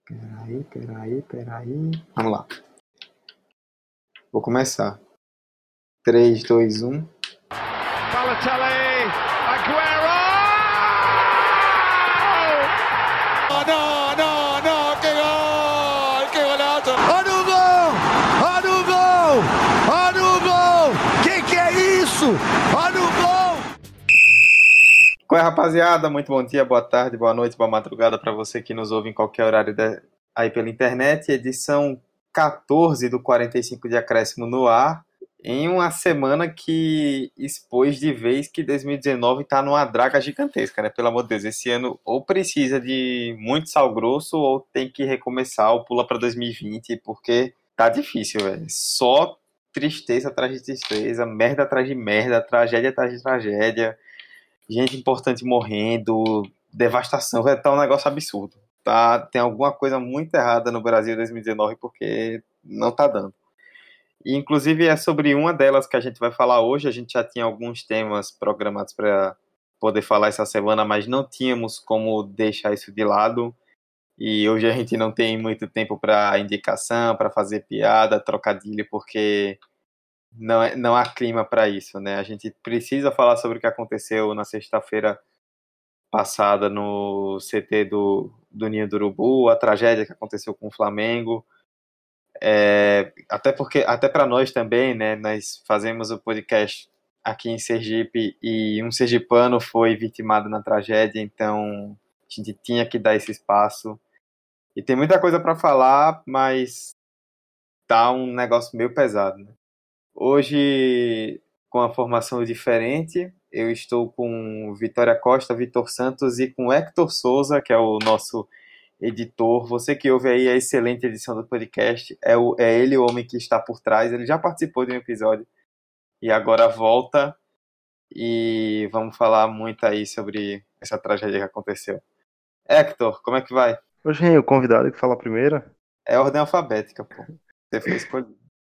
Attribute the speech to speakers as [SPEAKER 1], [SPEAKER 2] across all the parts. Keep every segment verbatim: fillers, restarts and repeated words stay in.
[SPEAKER 1] Peraí, peraí, peraí. Vamos lá. Vou começar. três, dois, um.
[SPEAKER 2] Balotelli, Aguero! Oh, no, no, no, que gol! Que golazo! Olha o gol! Olha o gol! Olha o gol! Que que é isso? Olha o gol!
[SPEAKER 1] Qual é, rapaziada? Muito bom dia, boa tarde, boa noite, boa madrugada para você que nos ouve em qualquer horário de... aí pela internet. Edição quatorze do quarenta e cinco de Acréscimo no ar. Em uma semana que expôs de vez que dois mil e dezenove está numa draga gigantesca, né? Pelo amor de Deus, esse ano ou precisa de muito sal grosso ou tem que recomeçar ou pula para dois mil e vinte, porque tá difícil, velho. Só tristeza atrás de tristeza, merda atrás de merda, tragédia atrás de tragédia, gente importante morrendo, devastação, velho, tá um negócio absurdo. Tá, tem alguma coisa muito errada no Brasil em dois mil e dezenove porque não tá dando. E, inclusive, é sobre uma delas que a gente vai falar hoje. A gente já tinha alguns temas programados para poder falar essa semana, mas não tínhamos como deixar isso de lado. E hoje a gente não tem muito tempo para indicação, para fazer piada, trocadilho, porque não, é, não há clima para isso, né? A gente precisa falar sobre o que aconteceu na sexta-feira passada no C T do, do Ninho do Urubu, a tragédia que aconteceu com o Flamengo. É, até porque, até para nós também, né, nós fazemos o podcast aqui em Sergipe e um sergipano foi vitimado na tragédia, então a gente tinha que dar esse espaço. E tem muita coisa para falar, mas tá um negócio meio pesado, né? Hoje, com a formação diferente, eu estou com Vitória Costa, Vitor Santos e com Hector Souza, que é o nosso editor. Você que ouve aí a excelente edição do podcast, é, o, é ele o homem que está por trás. Ele já participou de um episódio e agora volta, e vamos falar muito aí sobre essa tragédia que aconteceu. Hector, como é que vai?
[SPEAKER 3] Hoje é o convidado que fala primeiro.
[SPEAKER 1] É ordem alfabética, pô. Você foi escolhido.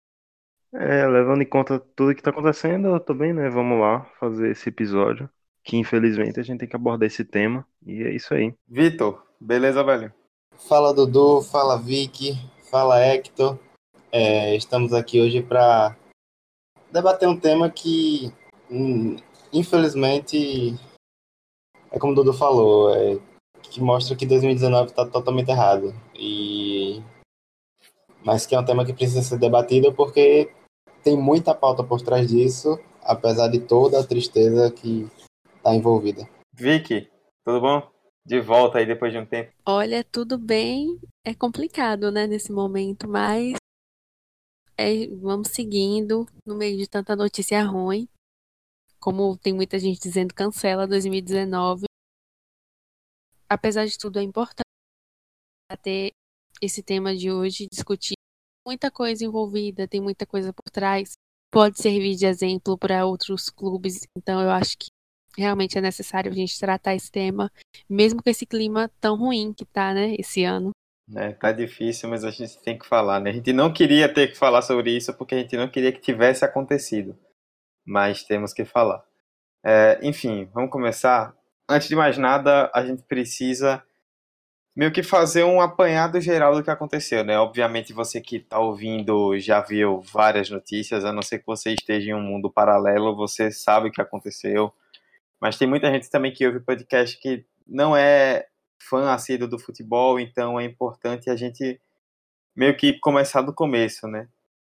[SPEAKER 3] É, levando em conta tudo que tá acontecendo, eu tô bem, né? Vamos lá fazer esse episódio, que infelizmente a gente tem que abordar esse tema, e é isso aí.
[SPEAKER 1] Vitor, beleza, velho?
[SPEAKER 4] Fala Dudu, fala Vicky, fala Hector. É, estamos aqui hoje para debater um tema que, hum, infelizmente, é como o Dudu falou, é, que mostra que dois mil e dezenove está totalmente errado. E... Mas que é um tema que precisa ser debatido porque tem muita pauta por trás disso, apesar de toda a tristeza que está envolvida.
[SPEAKER 1] Vicky, tudo bom? De volta aí depois de um tempo.
[SPEAKER 5] Olha, tudo bem. É complicado, né, nesse momento, mas é, vamos seguindo no meio de tanta notícia ruim. Como tem muita gente dizendo, cancela dois mil e dezenove. Apesar de tudo, é importante ter esse tema de hoje, discutir muita coisa envolvida, tem muita coisa por trás. Pode servir de exemplo para outros clubes. Então, eu acho que realmente é necessário a gente tratar esse tema, mesmo com esse clima tão ruim que tá, né, esse ano.
[SPEAKER 1] É, tá difícil, mas a gente tem que falar, né? A gente não queria ter que falar sobre isso porque a gente não queria que tivesse acontecido, mas temos que falar. É, enfim, vamos começar. Antes de mais nada, a gente precisa meio que fazer um apanhado geral do que aconteceu, né? Obviamente você que tá ouvindo já viu várias notícias, a não ser que você esteja em um mundo paralelo, você sabe o que aconteceu, mas tem muita gente também que ouve podcast que não é fã assíduo do futebol, então é importante a gente meio que começar do começo, né?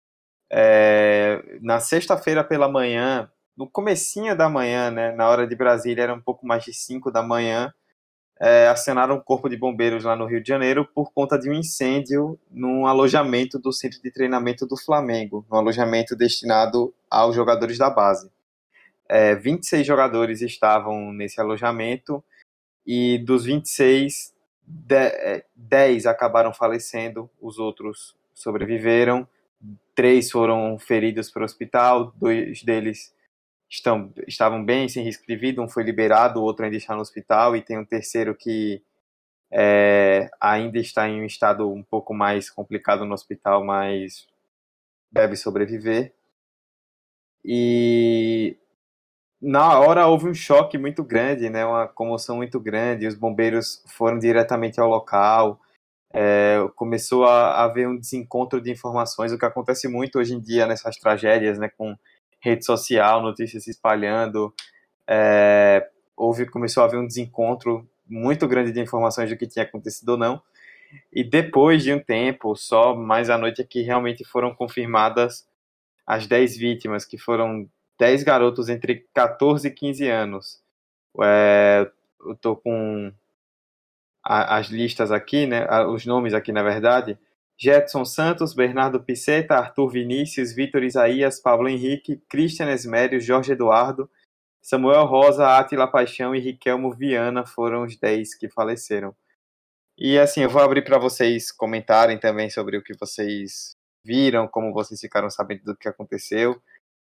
[SPEAKER 1] É, na sexta-feira pela manhã, no comecinho da manhã, né, na hora de Brasília, era um pouco mais de cinco da manhã, é, acionaram um corpo de bombeiros lá no Rio de Janeiro por conta de um incêndio num alojamento do centro de treinamento do Flamengo, um alojamento destinado aos jogadores da base. É, vinte e seis jogadores estavam nesse alojamento e dos vinte e seis, dez acabaram falecendo, os outros sobreviveram, três foram feridos para o hospital, dois deles estão, estavam bem, sem risco de vida, um foi liberado, o outro ainda está no hospital, e tem um terceiro que é, ainda está em um estado um pouco mais complicado no hospital, mas deve sobreviver. E na hora houve um choque muito grande, né, uma comoção muito grande, os bombeiros foram diretamente ao local, É, começou a, a haver um desencontro de informações, o que acontece muito hoje em dia nessas tragédias, né, com rede social, notícias se espalhando. É, houve, começou a haver um desencontro muito grande de informações do que tinha acontecido ou não. E depois de um tempo, só mais à noite, é que realmente foram confirmadas as dez vítimas, que foram dez garotos entre catorze e quinze anos. É, eu tô com a, as listas aqui, né, os nomes aqui, na verdade. Jetson Santos, Bernardo Piceta, Arthur Vinícius, Vitor Isaías, Pablo Henrique, Christian Esmério, Jorge Eduardo, Samuel Rosa, Átila Paixão e Riquelmo Viana foram os dez que faleceram. E assim, eu vou abrir para vocês comentarem também sobre o que vocês viram, como vocês ficaram sabendo do que aconteceu,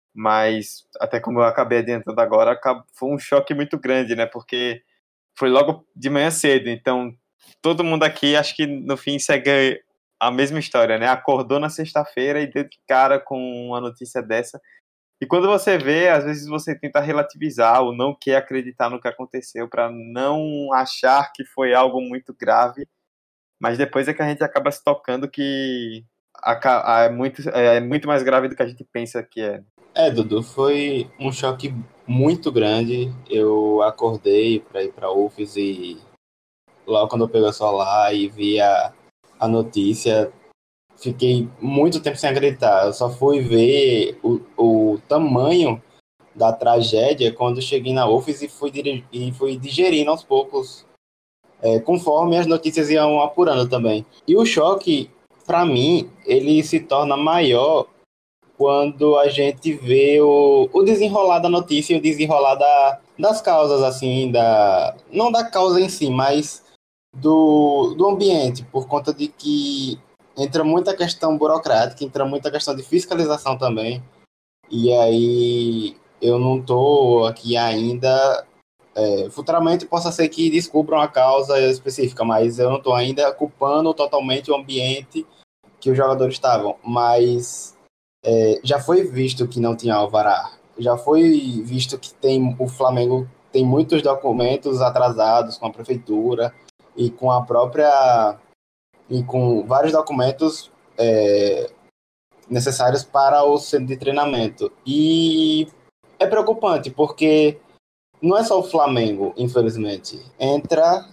[SPEAKER 1] mas até como eu acabei adiantando agora, foi um choque muito grande, né? Porque foi logo de manhã cedo, então todo mundo aqui, acho que no fim segue a mesma história, né? Acordou na sexta-feira e deu de cara com uma notícia dessa. E quando você vê, às vezes você tenta relativizar ou não quer acreditar no que aconteceu para não achar que foi algo muito grave, mas depois é que a gente acaba se tocando que é muito, é muito mais grave do que a gente pensa que é.
[SPEAKER 4] É, Dudu, foi um choque muito grande. Eu acordei para ir para U F S e logo quando eu peguei o celular e vi a, a notícia, fiquei muito tempo sem acreditar. Eu só fui ver o, o tamanho da tragédia quando cheguei na U F S e fui, dir- e fui digerindo aos poucos, é, conforme as notícias iam apurando também. E o choque, para mim, ele se torna maior quando a gente vê o, o desenrolar da notícia e o desenrolar da, das causas, assim, da, não da causa em si, mas do, do ambiente, por conta de que entra muita questão burocrática, entra muita questão de fiscalização também, e aí eu não estou aqui ainda. É, futuramente possa ser que descubram a causa específica, mas eu não estou ainda culpando totalmente o ambiente que os jogadores estavam, mas é, já foi visto que não tinha alvará, já foi visto que tem o Flamengo tem muitos documentos atrasados com a prefeitura e com a própria e com vários documentos é, necessários para o centro de treinamento. E é preocupante porque não é só o Flamengo, infelizmente. Entra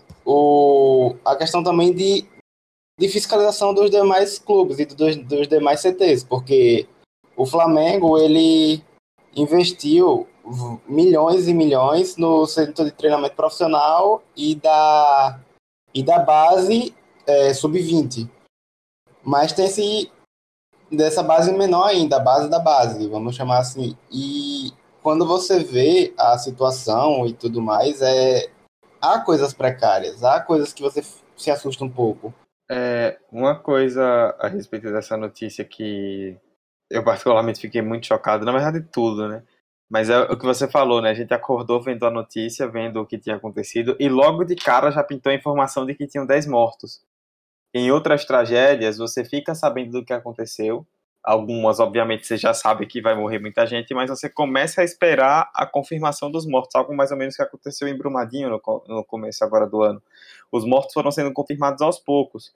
[SPEAKER 4] o, a questão também de, de fiscalização dos demais clubes e dos, dos demais C Tês, porque o Flamengo, ele investiu milhões e milhões no centro de treinamento profissional e da, e da base é, sub vinte. Mas tem esse, dessa base menor ainda, a base da base, vamos chamar assim. E quando você vê a situação e tudo mais, é, há coisas precárias, há coisas que você se assusta um pouco.
[SPEAKER 1] É, uma coisa a respeito dessa notícia que eu particularmente fiquei muito chocado, na verdade tudo, né? Mas é o que você falou, né? A gente acordou vendo a notícia, vendo o que tinha acontecido, e logo de cara já pintou a informação de que tinham dez mortos. Em outras tragédias, você fica sabendo do que aconteceu. Algumas, obviamente, você já sabe que vai morrer muita gente, mas você começa a esperar a confirmação dos mortos, algo mais ou menos que aconteceu em Brumadinho no, no começo agora do ano. Os mortos foram sendo confirmados aos poucos.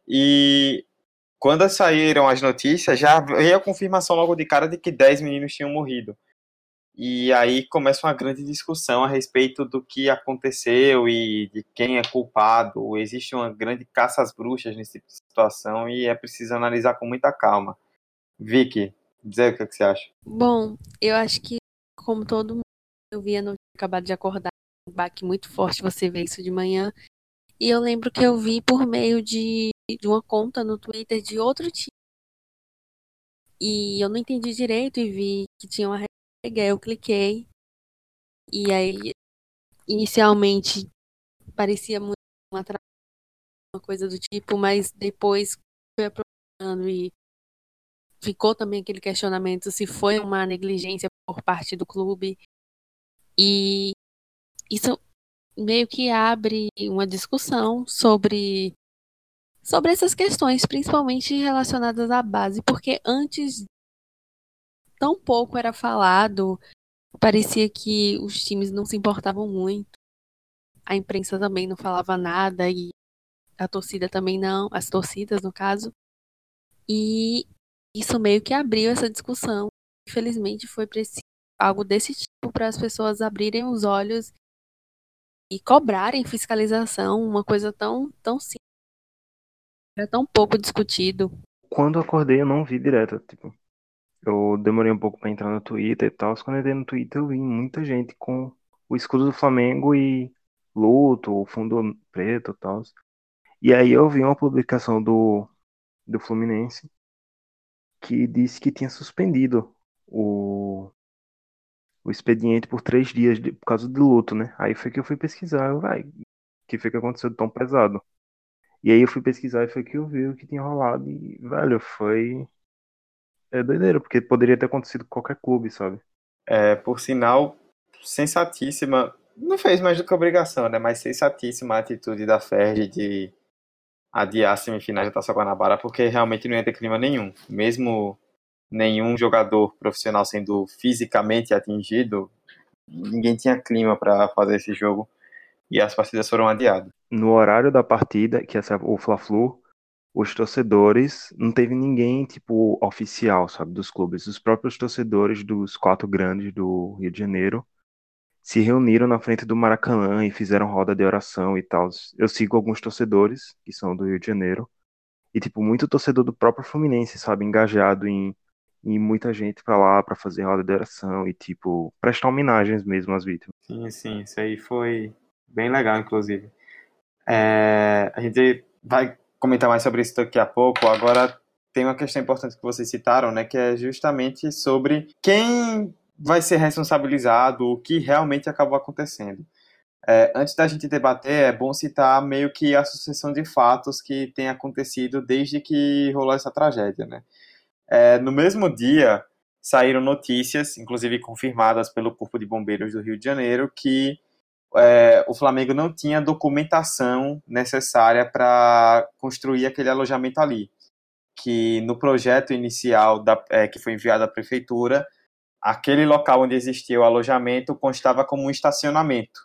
[SPEAKER 1] E quando saíram as notícias, já veio a confirmação logo de cara de que dez meninos tinham morrido. E aí começa uma grande discussão a respeito do que aconteceu e de quem é culpado. Existe uma grande caça às bruxas nessa situação e é preciso analisar com muita calma. Vicky, dizer o que, é que você acha?
[SPEAKER 5] Bom, eu acho que, como todo mundo, eu via no acabado de acordar, um baque muito forte você vê isso de manhã. E eu lembro que eu vi por meio de, de uma conta no Twitter de outro time. E eu não entendi direito e vi que tinha uma hashtag, aí eu cliquei. E aí, inicialmente, parecia muito uma, tra- uma coisa do tipo, mas depois foi aprofundando e ficou também aquele questionamento se foi uma negligência por parte do clube. E isso meio que abre uma discussão sobre, sobre essas questões, principalmente relacionadas à base, porque antes tão pouco era falado, parecia que os times não se importavam muito, a imprensa também não falava nada, e a torcida também não, as torcidas no caso. E isso meio que abriu essa discussão. Infelizmente foi preciso algo desse tipo para as pessoas abrirem os olhos e cobrarem fiscalização, uma coisa tão, tão simples, era tão pouco discutido.
[SPEAKER 3] Quando eu acordei, eu não vi direto, tipo, eu demorei um pouco pra entrar no Twitter e tal. Quando eu entrei no Twitter, eu vi muita gente com o escudo do Flamengo e luto, o fundo preto e tal. E aí eu vi uma publicação do, do Fluminense que disse que tinha suspendido o, o expediente por três dias de- por causa do luto, né? Aí foi que eu fui pesquisar, eu, vai, que foi que aconteceu de tão pesado? E aí eu fui pesquisar e foi que eu vi o que tinha rolado e, velho, foi é doideira, porque poderia ter acontecido com qualquer clube, sabe?
[SPEAKER 1] É, por sinal, sensatíssima, não fez mais do que obrigação, né? Mas sensatíssima a atitude da Ferdi de adiar as semifinais da Taça Guanabara, porque realmente não ia ter clima nenhum. Mesmo nenhum jogador profissional sendo fisicamente atingido, ninguém tinha clima para fazer esse jogo e as partidas foram adiadas.
[SPEAKER 3] No horário da partida, que é o Fla-Flu, os torcedores, não teve ninguém, tipo, oficial, sabe, dos clubes. Os próprios torcedores dos quatro grandes do Rio de Janeiro se reuniram na frente do Maracanã e fizeram roda de oração e tal. Eu sigo alguns torcedores que são do Rio de Janeiro e, tipo, muito torcedor do próprio Fluminense, sabe, engajado em, em muita gente pra lá pra fazer roda de oração e, tipo, prestar homenagens mesmo às vítimas.
[SPEAKER 1] Sim, sim, isso aí foi bem legal, inclusive. É, a gente vai comentar mais sobre isso daqui a pouco. Agora, tem uma questão importante que vocês citaram, né, que é justamente sobre quem vai ser responsabilizado, o que realmente acabou acontecendo. É, antes da gente debater, é bom citar meio que a sucessão de fatos que tem acontecido desde que rolou essa tragédia, né? É, no mesmo dia, saíram notícias, inclusive confirmadas pelo Corpo de Bombeiros do Rio de Janeiro, que é, o Flamengo não tinha documentação necessária para construir aquele alojamento ali. Que no projeto inicial da, é, que foi enviado à prefeitura, aquele local onde existia o alojamento constava como um estacionamento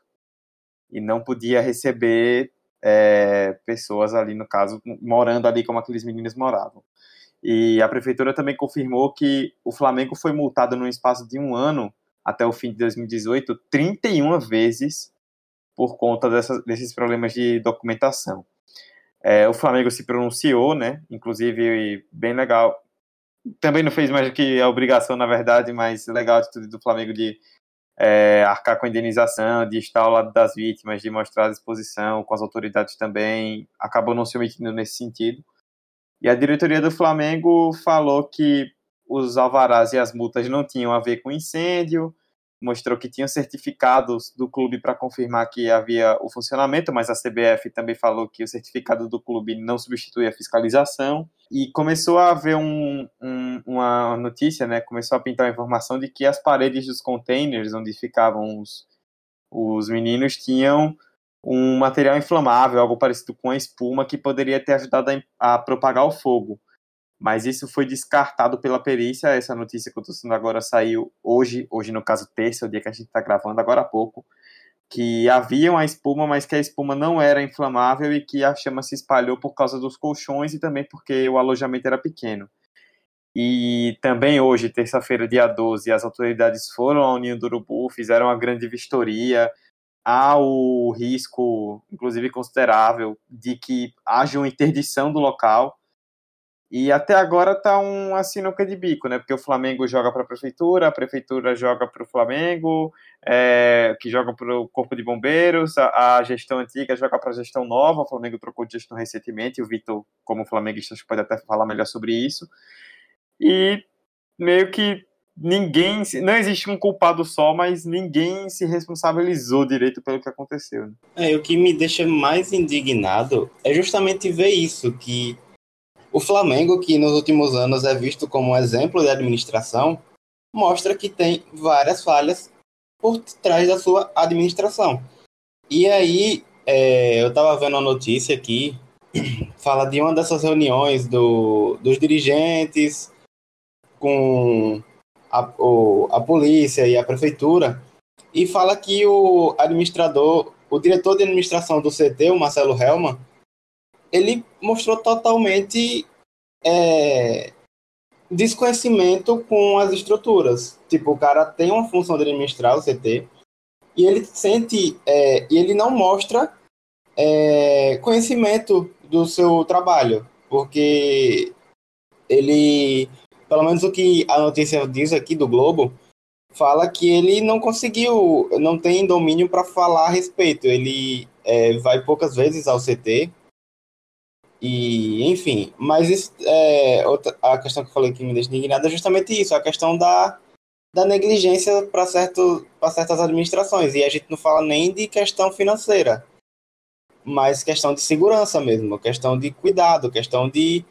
[SPEAKER 1] e não podia receber é, pessoas ali, no caso, morando ali como aqueles meninos moravam. E a prefeitura também confirmou que o Flamengo foi multado num espaço de um ano, até o fim de dois mil e dezoito, trinta e uma vezes por conta dessas, desses problemas de documentação. É, o Flamengo se pronunciou, né? Inclusive, bem legal. Também não fez mais do que a obrigação, na verdade, mas legal a atitude do Flamengo de é, arcar com a indenização, de estar ao lado das vítimas, de mostrar a disposição com as autoridades também. Acabou não se omitindo nesse sentido. E a diretoria do Flamengo falou que os alvarás e as multas não tinham a ver com incêndio, mostrou que tinham certificados do clube para confirmar que havia o funcionamento, mas a C B F também falou que o certificado do clube não substitui a fiscalização. E começou a haver um, um, uma notícia, né? Começou a pintar a informação de que as paredes dos containers onde ficavam os, os meninos tinham um material inflamável, algo parecido com a espuma, que poderia ter ajudado a, a propagar o fogo. Mas isso foi descartado pela perícia. Essa notícia que eu estou dizendo agora saiu hoje, hoje no caso terça, o dia que a gente está gravando, agora há pouco, que havia uma espuma, mas que a espuma não era inflamável e que a chama se espalhou por causa dos colchões e também porque o alojamento era pequeno. E também hoje, terça-feira, dia doze, as autoridades foram ao Ninho do Urubu, fizeram uma grande vistoria. Há o risco, inclusive considerável, de que haja uma interdição do local. E até agora tá uma sinuca de bico, né? Porque o Flamengo joga para a prefeitura, a prefeitura joga para o Flamengo, é, que joga para o Corpo de Bombeiros, a, a gestão antiga joga para a gestão nova. O Flamengo trocou de gestão recentemente, e o Vitor, como flamenguista, pode até falar melhor sobre isso. E meio que ninguém, não existe um culpado só, mas ninguém se responsabilizou direito pelo que aconteceu. Né?
[SPEAKER 4] É, o que me deixa mais indignado é justamente ver isso, que o Flamengo, que nos últimos anos é visto como um exemplo de administração, mostra que tem várias falhas por trás da sua administração. E aí, é, eu estava vendo a notícia aqui, fala de uma dessas reuniões do, dos dirigentes com a, o, a polícia e a prefeitura, e fala que o administrador, o diretor de administração do C T, o Marcelo Hellmann, ele mostrou totalmente é, desconhecimento com as estruturas. Tipo, o cara tem uma função de administrar o C T e ele sente, é, e ele não mostra é, conhecimento do seu trabalho, porque ele, pelo menos o que a notícia diz aqui do Globo, fala que ele não conseguiu, não tem domínio para falar a respeito. Ele é, vai poucas vezes ao C T e, enfim. Mas isso, é, outra, a questão que eu falei que me deixa indignado é justamente isso, a questão da, da negligência para certo, para certas administrações. E a gente não fala nem de questão financeira, mas questão de segurança mesmo, questão de cuidado, questão de...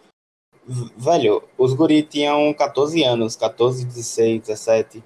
[SPEAKER 4] Velho, os guri tinham catorze anos, catorze, dezesseis, dezessete.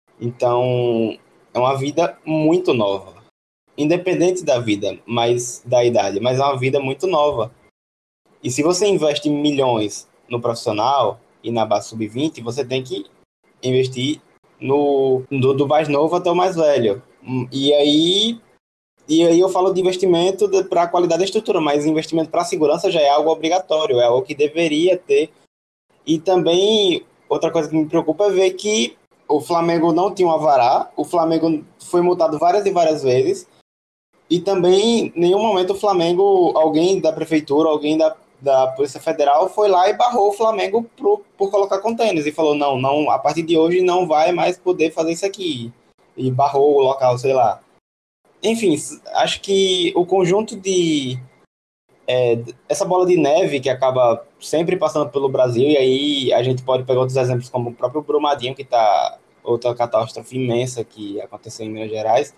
[SPEAKER 4] Então, é uma vida muito nova. Independente da vida, mas da idade, mas é uma vida muito nova. E se você investe milhões no profissional e na base sub vinte, você tem que investir no do, do mais novo até o mais velho. E aí, e aí eu falo de investimento para a qualidade da estrutura, mas investimento para a segurança já é algo obrigatório, é algo que deveria ter. E também, outra coisa que me preocupa é ver que o Flamengo não tinha um avará, o Flamengo foi multado várias e várias vezes, e também, em nenhum momento, o Flamengo, alguém da prefeitura, alguém da, da Polícia Federal foi lá e barrou o Flamengo por, por colocar contêineres e falou, não, não, a partir de hoje não vai mais poder fazer isso aqui. E barrou o local, sei lá. Enfim, acho que o conjunto de... É, essa bola de neve que acaba sempre passando pelo Brasil, e aí a gente pode pegar outros exemplos como o próprio Brumadinho, que está outra catástrofe imensa que aconteceu em Minas Gerais,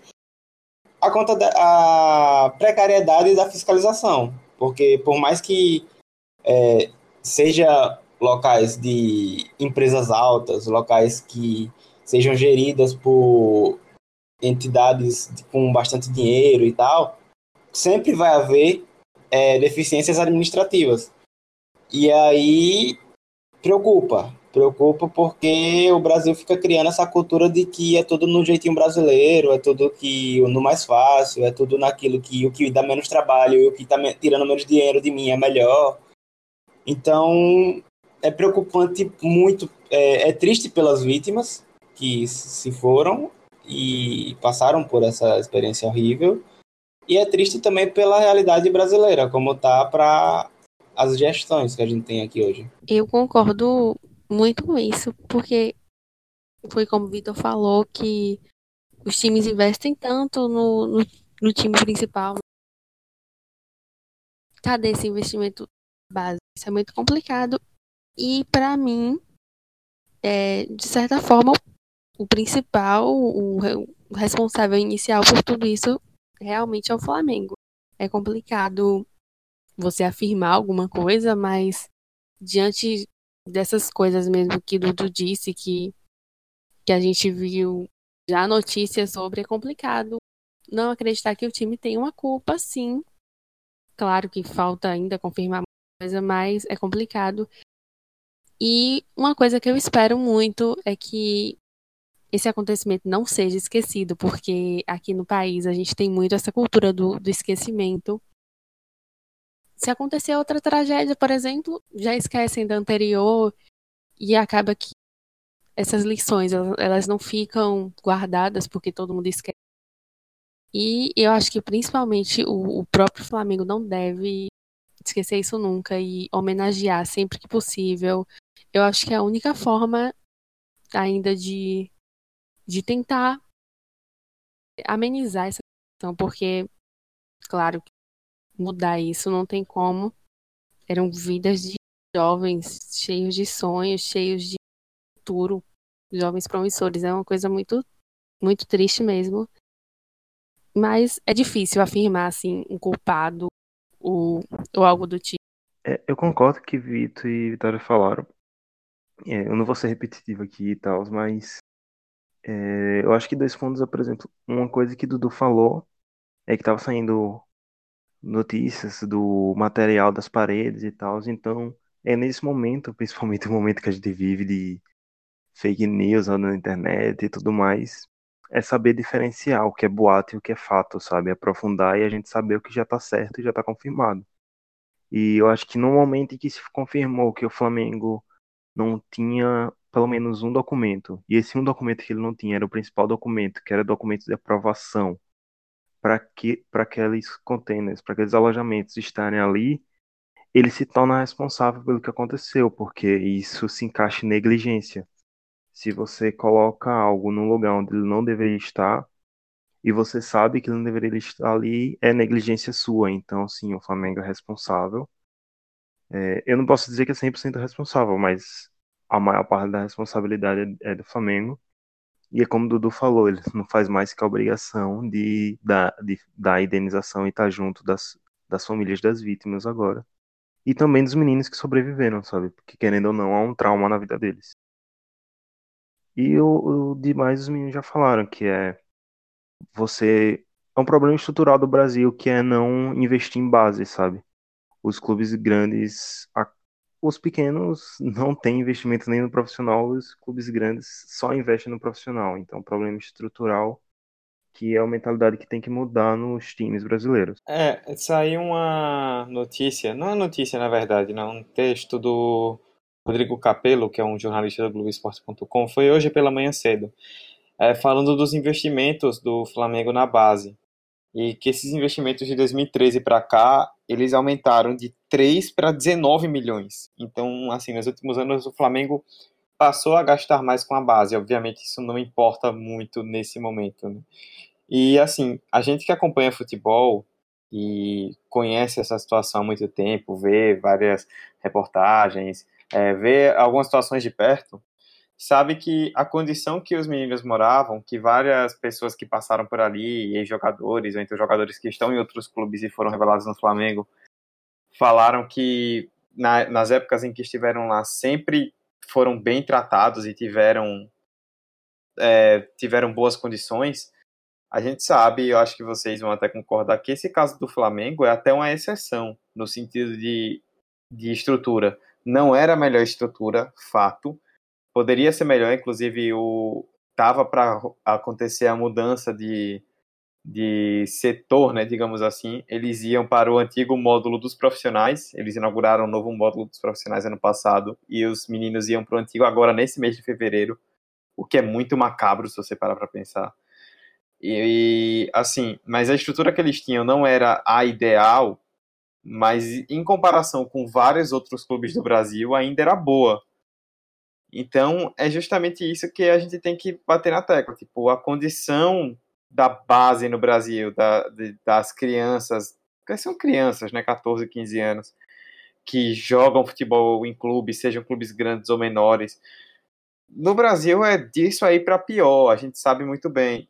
[SPEAKER 4] a conta da a precariedade da fiscalização, porque por mais que é, seja locais de empresas altas, locais que sejam geridas por entidades com bastante dinheiro e tal, sempre vai haver é, deficiências administrativas. E aí preocupa, preocupa porque o Brasil fica criando essa cultura de que é tudo no jeitinho brasileiro, é tudo que no mais fácil, é tudo naquilo que o que dá menos trabalho e o que está tirando menos dinheiro de mim é melhor. Então é preocupante muito, é, é triste pelas vítimas que se foram e passaram por essa experiência horrível. E é triste também pela realidade brasileira, como tá para as gestões que a gente tem aqui hoje.
[SPEAKER 5] Eu concordo muito com isso, porque foi como o Vitor falou, que os times investem tanto no, no, no time principal. Cadê esse investimento base? Isso é muito complicado. E, para mim, é, de certa forma, o principal, o, o responsável inicial por tudo isso, realmente é o Flamengo. É complicado você afirmar alguma coisa, mas diante dessas coisas mesmo que Dudu disse, que, que a gente viu já notícias sobre, é complicado não acreditar que o time tem uma culpa, sim. Claro que falta ainda confirmar muita coisa, mas é complicado. E uma coisa que eu espero muito é que esse acontecimento não seja esquecido, porque aqui no país a gente tem muito essa cultura do, do esquecimento. Se acontecer outra tragédia, por exemplo, já esquecem da anterior e acaba que essas lições, elas, elas não ficam guardadas porque todo mundo esquece. E eu acho que principalmente o, o próprio Flamengo não deve esquecer isso nunca e homenagear sempre que possível. Eu acho que é a única forma ainda de, de tentar amenizar essa situação, porque, claro, mudar isso não tem como. Eram vidas de jovens cheios de sonhos, cheios de futuro, jovens promissores. É uma coisa muito, muito triste mesmo. Mas é difícil afirmar, assim, um culpado ou, ou algo do tipo.
[SPEAKER 3] É, eu concordo que Vitor e Vitória falaram. É, eu não vou ser repetitivo aqui e tal, mas é, eu acho que dois pontos é, por exemplo, uma coisa que Dudu falou é que tava saindo notícias do material das paredes e tal, então é nesse momento, principalmente o momento que a gente vive de fake news na internet e tudo mais, é saber diferenciar o que é boato e o que é fato, sabe? Aprofundar e a gente saber o que já tá certo e já tá confirmado. E eu acho que no momento em que se confirmou que o Flamengo não tinha pelo menos um documento, e esse um documento que ele não tinha era o principal documento, que era o documento de aprovação para que para aqueles containers, para aqueles alojamentos estarem ali, ele se torna responsável pelo que aconteceu, porque isso se encaixa em negligência. Se você coloca algo num lugar onde ele não deveria estar, e você sabe que ele não deveria estar ali, é negligência sua. Então, sim, o Flamengo é responsável. É, eu não posso dizer que é cem por cento responsável, mas a maior parte da responsabilidade é é do Flamengo. E é como o Dudu falou, ele não faz mais que a obrigação de dar, de dar a indenização e estar junto das, das famílias das vítimas agora. E também dos meninos que sobreviveram, sabe? Porque querendo ou não, há um trauma na vida deles. E o, o demais os meninos já falaram, que é você. É um problema estrutural do Brasil, que é não investir em base, sabe? Os clubes grandes, a- os pequenos não têm investimento nem no profissional, os clubes grandes só investem no profissional. Então, é um problema estrutural que é a mentalidade que tem que mudar nos times brasileiros.
[SPEAKER 1] É, saiu uma notícia, não é notícia na verdade, não, um texto do Rodrigo Capello, que é um jornalista do Globoesporte ponto com, foi hoje pela manhã cedo, é, falando dos investimentos do Flamengo na base. E que esses investimentos de dois mil e treze para cá, eles aumentaram de três para dezenove milhões. Então, assim, nos últimos anos o Flamengo passou a gastar mais com a base. Obviamente, isso não importa muito nesse momento, né? E, assim, a gente que acompanha futebol e conhece essa situação há muito tempo, vê várias reportagens, é, vê algumas situações de perto, sabe que a condição que os meninos moravam, que várias pessoas que passaram por ali, ex-jogadores, ou então jogadores que estão em outros clubes e foram revelados no Flamengo, falaram que na, nas épocas em que estiveram lá sempre foram bem tratados e tiveram, é, tiveram boas condições. A gente sabe, eu acho que vocês vão até concordar, que esse caso do Flamengo é até uma exceção, no sentido de, de estrutura. Não era a melhor estrutura, fato, poderia ser melhor, inclusive o tava para acontecer a mudança de, de setor, né, digamos assim. Eles iam para o antigo módulo dos profissionais, eles inauguraram um novo módulo dos profissionais ano passado e os meninos iam para o antigo agora nesse mês de fevereiro, o que é muito macabro se você parar para pensar. E assim, mas a estrutura que eles tinham não era a ideal, mas em comparação com vários outros clubes do Brasil ainda era boa. Então, é justamente isso que a gente tem que bater na tecla. Tipo, a condição da base no Brasil, da, de- das crianças, que são crianças, né, catorze, quinze anos, que jogam futebol em clubes, sejam clubes grandes ou menores. No Brasil é disso aí para pior, a gente sabe muito bem.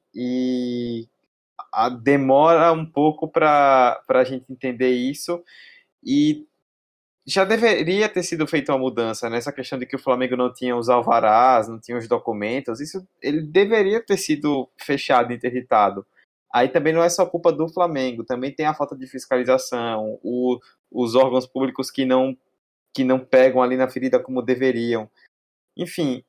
[SPEAKER 1] E a- demora um pouco para a gente entender isso. E já deveria ter sido feita uma mudança nessa questão de que o Flamengo não tinha os alvarás, não tinha os documentos. Isso ele deveria ter sido fechado, interditado. Aí também não é só culpa do Flamengo, também tem a falta de fiscalização, o, os órgãos públicos que não que não pegam ali na ferida como deveriam. Enfim,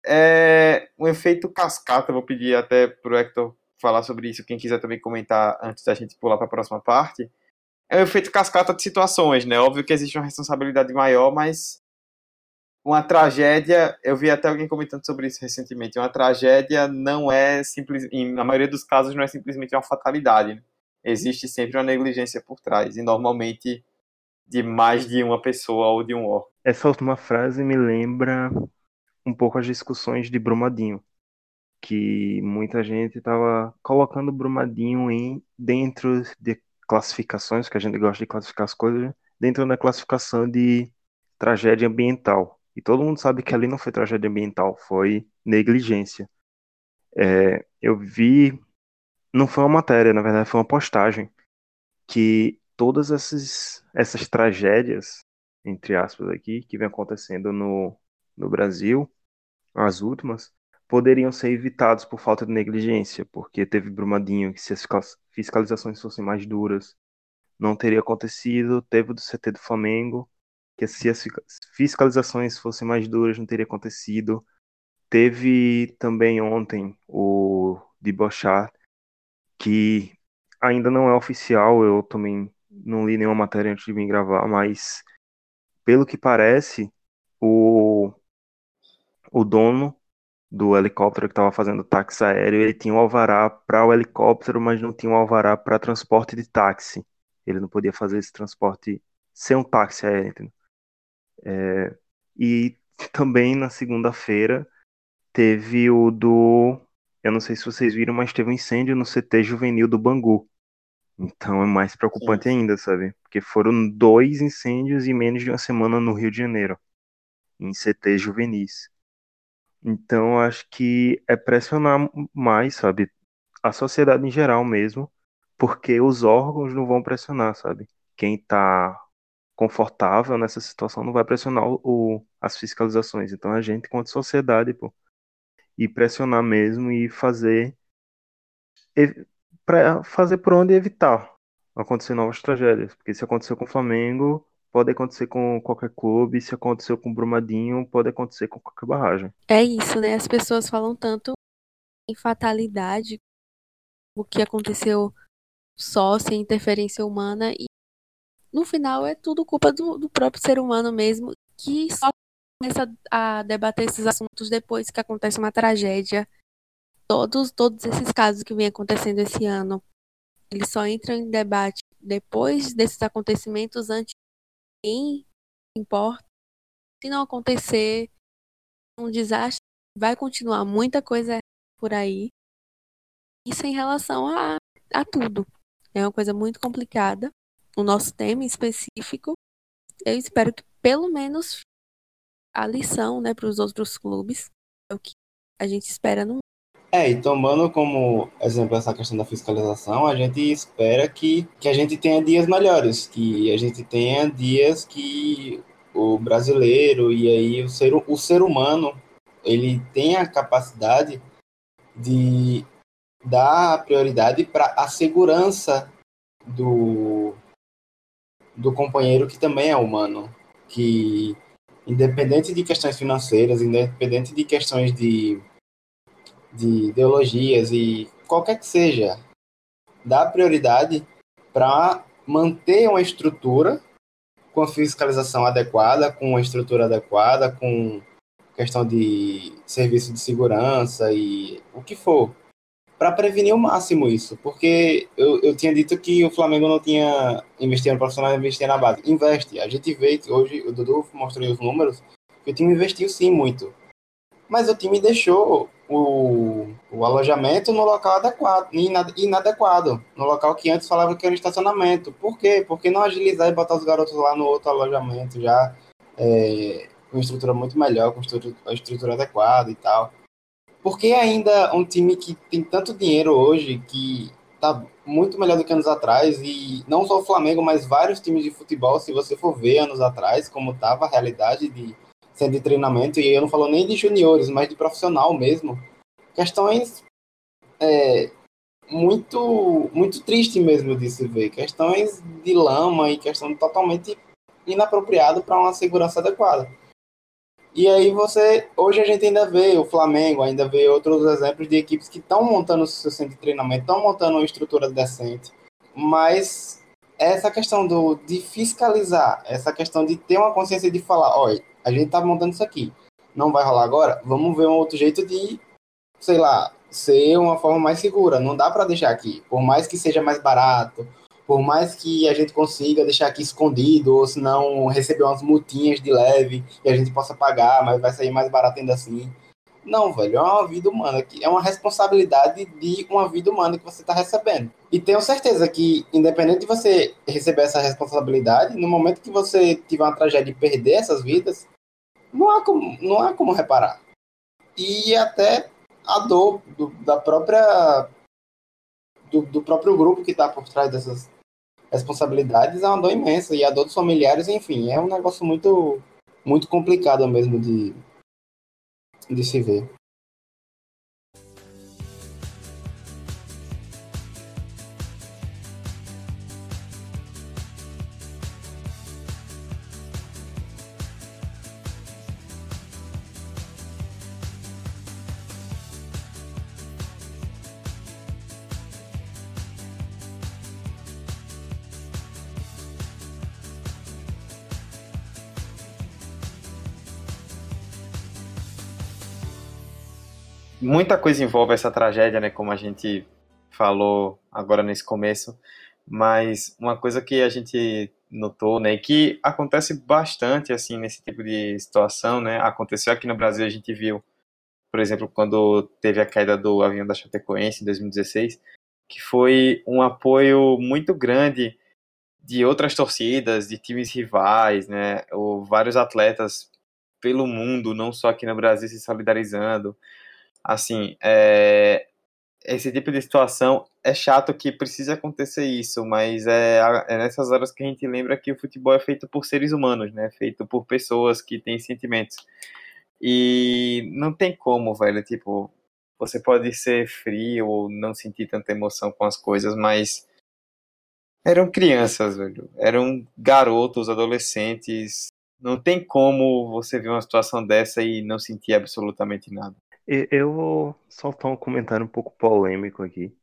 [SPEAKER 1] é um efeito cascata. Vou pedir até pro Hector falar sobre isso, quem quiser também comentar antes da gente pular para a próxima parte. É um efeito cascata de situações, né? Óbvio que existe uma responsabilidade maior, mas uma tragédia, eu vi até alguém comentando sobre isso recentemente, uma tragédia não é simples, na maioria dos casos não é simplesmente uma fatalidade, né? Existe sempre uma negligência por trás, e normalmente de mais de uma pessoa ou de um órgão.
[SPEAKER 3] Essa última frase me lembra um pouco as discussões de Brumadinho, que muita gente estava colocando Brumadinho em dentro de classificações, que a gente gosta de classificar as coisas, né? Dentro da classificação de tragédia ambiental. E todo mundo sabe que ali não foi tragédia ambiental, foi negligência. É, eu vi, não foi uma matéria, na verdade foi uma postagem, que todas essas, essas tragédias, entre aspas aqui, que vem acontecendo no, no Brasil, as últimas, poderiam ser evitadas por falta de negligência, porque teve Brumadinho, que se as fiscal- fiscalizações fossem mais duras, não teria acontecido. Teve o do C T do Flamengo, que se as fica- fiscalizações fossem mais duras, não teria acontecido. Teve também ontem o de Bochá, que ainda não é oficial, eu também não li nenhuma matéria antes de vir gravar, mas pelo que parece, o, o dono do helicóptero que estava fazendo táxi aéreo, ele tinha um alvará para o helicóptero, mas não tinha um alvará para transporte de táxi. Ele não podia fazer esse transporte sem um táxi aéreo, entendeu? É, e também na segunda-feira teve o do. Eu não sei se vocês viram, mas teve um incêndio no C T juvenil do Bangu. Então é mais
[SPEAKER 4] Sim,
[SPEAKER 3] preocupante
[SPEAKER 4] sim.
[SPEAKER 3] ainda, sabe? Porque foram dois incêndios em menos de uma semana no Rio de Janeiro, em C T juvenis. Então acho que é pressionar mais, sabe? A sociedade em geral mesmo, porque os órgãos não vão pressionar, sabe? Quem tá confortável nessa situação não vai pressionar o, o- as fiscalizações. Então a gente, enquanto sociedade, pô, e pressionar mesmo e fazer para fazer por onde evitar acontecer novas tragédias, porque se aconteceu com o Flamengo, pode acontecer com qualquer clube, se aconteceu com o Brumadinho, pode acontecer com qualquer barragem.
[SPEAKER 5] É isso, né? As pessoas falam tanto em fatalidade, o que aconteceu só sem interferência humana, e no final é tudo culpa do, do próprio ser humano mesmo, que só começa a debater esses assuntos depois que acontece uma tragédia. Todos, todos esses casos que vem acontecendo esse ano, eles só entram em debate depois desses acontecimentos, antes de ninguém importa. Se não acontecer um desastre, vai continuar muita coisa por aí. Isso em relação a, a tudo. É uma coisa muito complicada. O nosso tema em específico, eu espero que pelo menos a lição, né, para os outros clubes, é o que a gente espera no.
[SPEAKER 4] É, e tomando como exemplo essa questão da fiscalização, a gente espera que, que a gente tenha dias melhores, que a gente tenha dias que o brasileiro e aí o ser, o ser humano, ele tenha a capacidade de dar prioridade para a segurança do, do companheiro que também é humano, que independente de questões financeiras, independente de questões de, de ideologias e qualquer que seja, dá prioridade para manter uma estrutura com a fiscalização adequada, com uma estrutura adequada, com questão de serviço de segurança e o que for, para prevenir ao máximo isso, porque eu, eu tinha dito que o Flamengo não tinha investido no profissional, investia na base. Investe. A gente vê que hoje, o Dudu mostrou os números, que o time investiu sim muito. Mas o time deixou o, o alojamento no local adequado, inadequado, no local que antes falava que era um estacionamento. Por quê? Porque não agilizar e botar os garotos lá no outro alojamento já é, com estrutura muito melhor, com estrutura, estrutura adequada e tal. Porque ainda um time que tem tanto dinheiro hoje, que tá muito melhor do que anos atrás, e não só o Flamengo, mas vários times de futebol, se você for ver anos atrás, como estava a realidade de centro de treinamento, e eu não falo nem de juniores, mas de profissional mesmo, questões é, muito, muito triste mesmo de se ver, questões de lama e questão totalmente inapropriado para uma segurança adequada. E aí você, hoje a gente ainda vê o Flamengo, ainda vê outros exemplos de equipes que estão montando o seu centro de treinamento, estão montando uma estrutura decente, mas essa questão do, de fiscalizar, essa questão de ter uma consciência de falar, olha, a gente está montando isso aqui, não vai rolar agora, vamos ver um outro jeito de, sei lá, ser uma forma mais segura, não dá para deixar aqui, por mais que seja mais barato, por mais que a gente consiga deixar aqui escondido, ou se não receber umas multinhas de leve e a gente possa pagar, mas vai sair mais barato ainda assim. Não, velho, é uma vida humana, é uma responsabilidade de uma vida humana que você está recebendo. E tenho certeza que, independente de você receber essa responsabilidade, no momento que você tiver uma tragédia e perder essas vidas, não há como, não há como reparar. E até a dor do, da própria, do, do próprio grupo que está por trás dessas responsabilidades é uma dor imensa, e a dor dos familiares, enfim, é um negócio muito, muito complicado mesmo de, de se ver.
[SPEAKER 1] muita coisa envolve essa tragédia, né? Como a gente falou agora nesse começo. Mas uma coisa que a gente notou, né? E que acontece bastante, assim, nesse tipo de situação, né? Aconteceu aqui no Brasil, a gente viu, por exemplo, quando teve a queda do avião da Chapecoense em dois mil e dezesseis, que foi um apoio muito grande de outras torcidas, de times rivais, né? Ou vários atletas pelo mundo, não só aqui no Brasil, se solidarizando. Assim, é, esse tipo de situação é chato que precisa acontecer isso, mas é, é nessas horas que a gente lembra que o futebol é feito por seres humanos, né? Feito por pessoas que têm sentimentos. E não tem como, velho, tipo, você pode ser frio ou não sentir tanta emoção com as coisas, mas eram crianças, velho. Eram garotos, adolescentes. Não tem como você ver uma situação dessa e não sentir absolutamente nada.
[SPEAKER 3] E- Eu vou soltar um comentário um pouco polêmico aqui,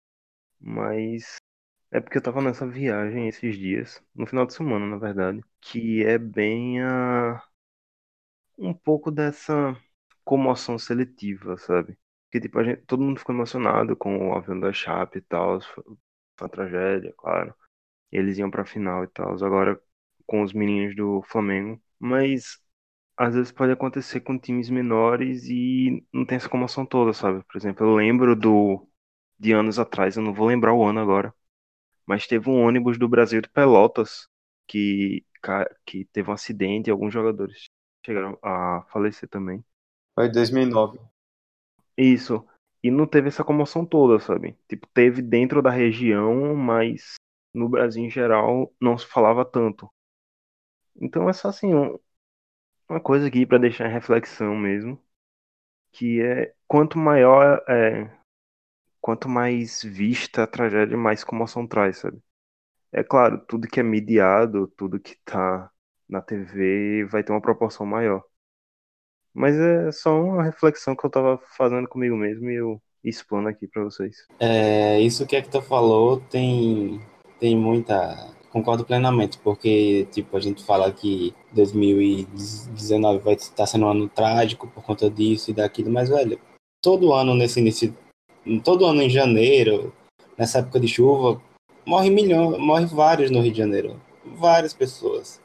[SPEAKER 3] mas é porque eu tava nessa viagem esses dias, no final de semana, na verdade, que é bem a um pouco dessa comoção seletiva, sabe? Que tipo, a gente, todo mundo ficou emocionado com o avião da Chape e tal, foi foi uma tragédia, claro. Eles iam pra final e tal, agora com os meninos do Flamengo, mas às vezes pode acontecer com times menores e não tem essa comoção toda, sabe? Por exemplo, eu lembro do de anos atrás, eu não vou lembrar o ano agora, mas teve um ônibus do Brasil de Pelotas que, ca- que teve um acidente e alguns jogadores chegaram a falecer também.
[SPEAKER 1] Foi dois mil e nove.
[SPEAKER 3] Isso. E não teve essa comoção toda, sabe? Tipo, teve dentro da região, mas no Brasil em geral não se falava tanto. Então é só assim, um- uma coisa aqui pra deixar em reflexão mesmo, que é quanto maior é, quanto mais vista a tragédia, mais comoção traz, sabe? É claro, tudo que é mediado, tudo que tá na T V vai ter uma proporção maior. Mas é só uma reflexão que eu tava fazendo comigo mesmo e eu explano aqui pra vocês.
[SPEAKER 4] É, isso que é que tu falou tem, tem muita. Concordo plenamente, porque tipo, a gente fala que dois mil e dezenove vai estar sendo um ano trágico por conta disso e daquilo, mas velho, todo ano nesse início, todo ano em janeiro, nessa época de chuva, morre milhões, morre vários no Rio de Janeiro, várias pessoas.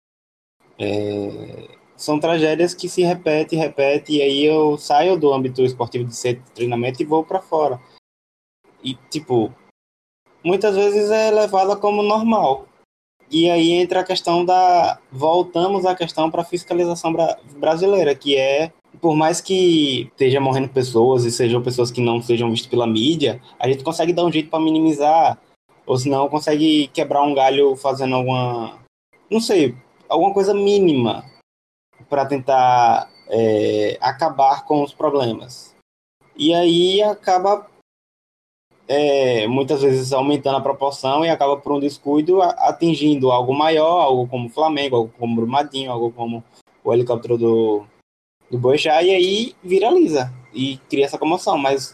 [SPEAKER 4] É, são tragédias que se repetem, repetem, e aí eu saio do âmbito esportivo de ser treinamento e vou para fora. E tipo, muitas vezes é levada como normal. E aí entra a questão da. Voltamos à questão para a fiscalização bra- brasileira, que é, por mais que esteja morrendo pessoas e sejam pessoas que não sejam vistas pela mídia, a gente consegue dar um jeito para minimizar, ou senão consegue quebrar um galho fazendo alguma. Não sei, alguma coisa mínima para tentar é, acabar com os problemas. E aí acaba é, muitas vezes aumentando a proporção e acaba por um descuido a- atingindo algo maior, algo como o Flamengo, algo como o Brumadinho, algo como o helicóptero do, do Boechat, e aí viraliza e cria essa comoção. Mas,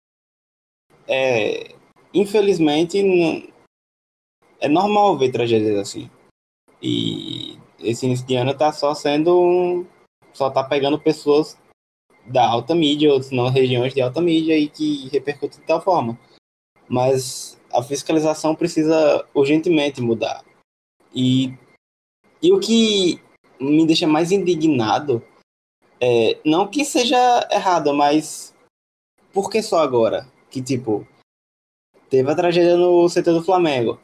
[SPEAKER 4] é, infelizmente, não- é normal ver tragédias assim. E esse início de ano tá só sendo um, só tá pegando pessoas da alta mídia, ou se não regiões de alta mídia, e que repercutem de tal forma. Mas a fiscalização precisa urgentemente mudar. E, e o que me deixa mais indignado é não que seja errado, mas por que só agora? Que tipo, teve a tragédia no C T do Flamengo.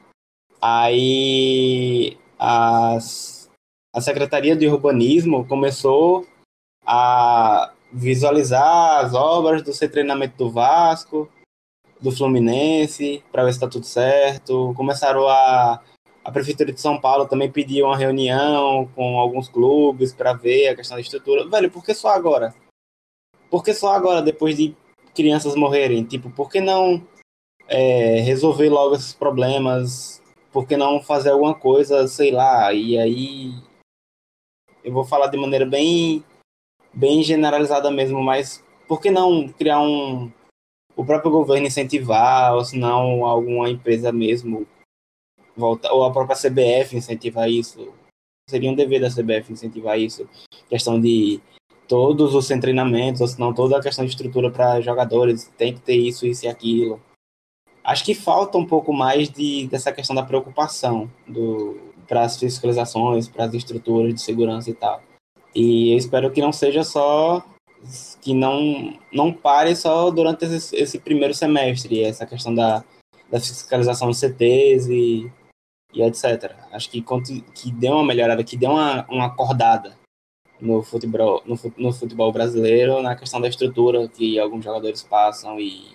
[SPEAKER 4] Aí as, a Secretaria de Urbanismo começou a visualizar as obras do seu treinamento do Vasco, do Fluminense, para ver se está tudo certo. Começaram a. A Prefeitura de São Paulo também pediu uma reunião com alguns clubes para ver a questão da estrutura. Velho, por que só agora? Por que só agora, depois de crianças morrerem? Tipo, por que não é, resolver logo esses problemas? Por que não fazer alguma coisa, sei lá? E aí, eu vou falar de maneira bem, bem generalizada mesmo, mas por que não criar um, o próprio governo incentivar, ou se não alguma empresa mesmo voltar, ou a própria C B F incentivar isso? Seria um dever da C B F incentivar isso, questão de todos os treinamentos, ou se não toda a questão de estrutura para jogadores, tem que ter isso, isso e aquilo. Acho que falta um pouco mais de, dessa questão da preocupação para as fiscalizações, para as estruturas de segurança e tal. E eu espero que não seja só, que não, não pare só durante esse, esse primeiro semestre, essa questão da, da fiscalização dos C Tês e, e etcétera. Acho que, que deu uma melhorada, que deu uma, uma acordada no futebol, no, no futebol brasileiro, na questão da estrutura que alguns jogadores passam e,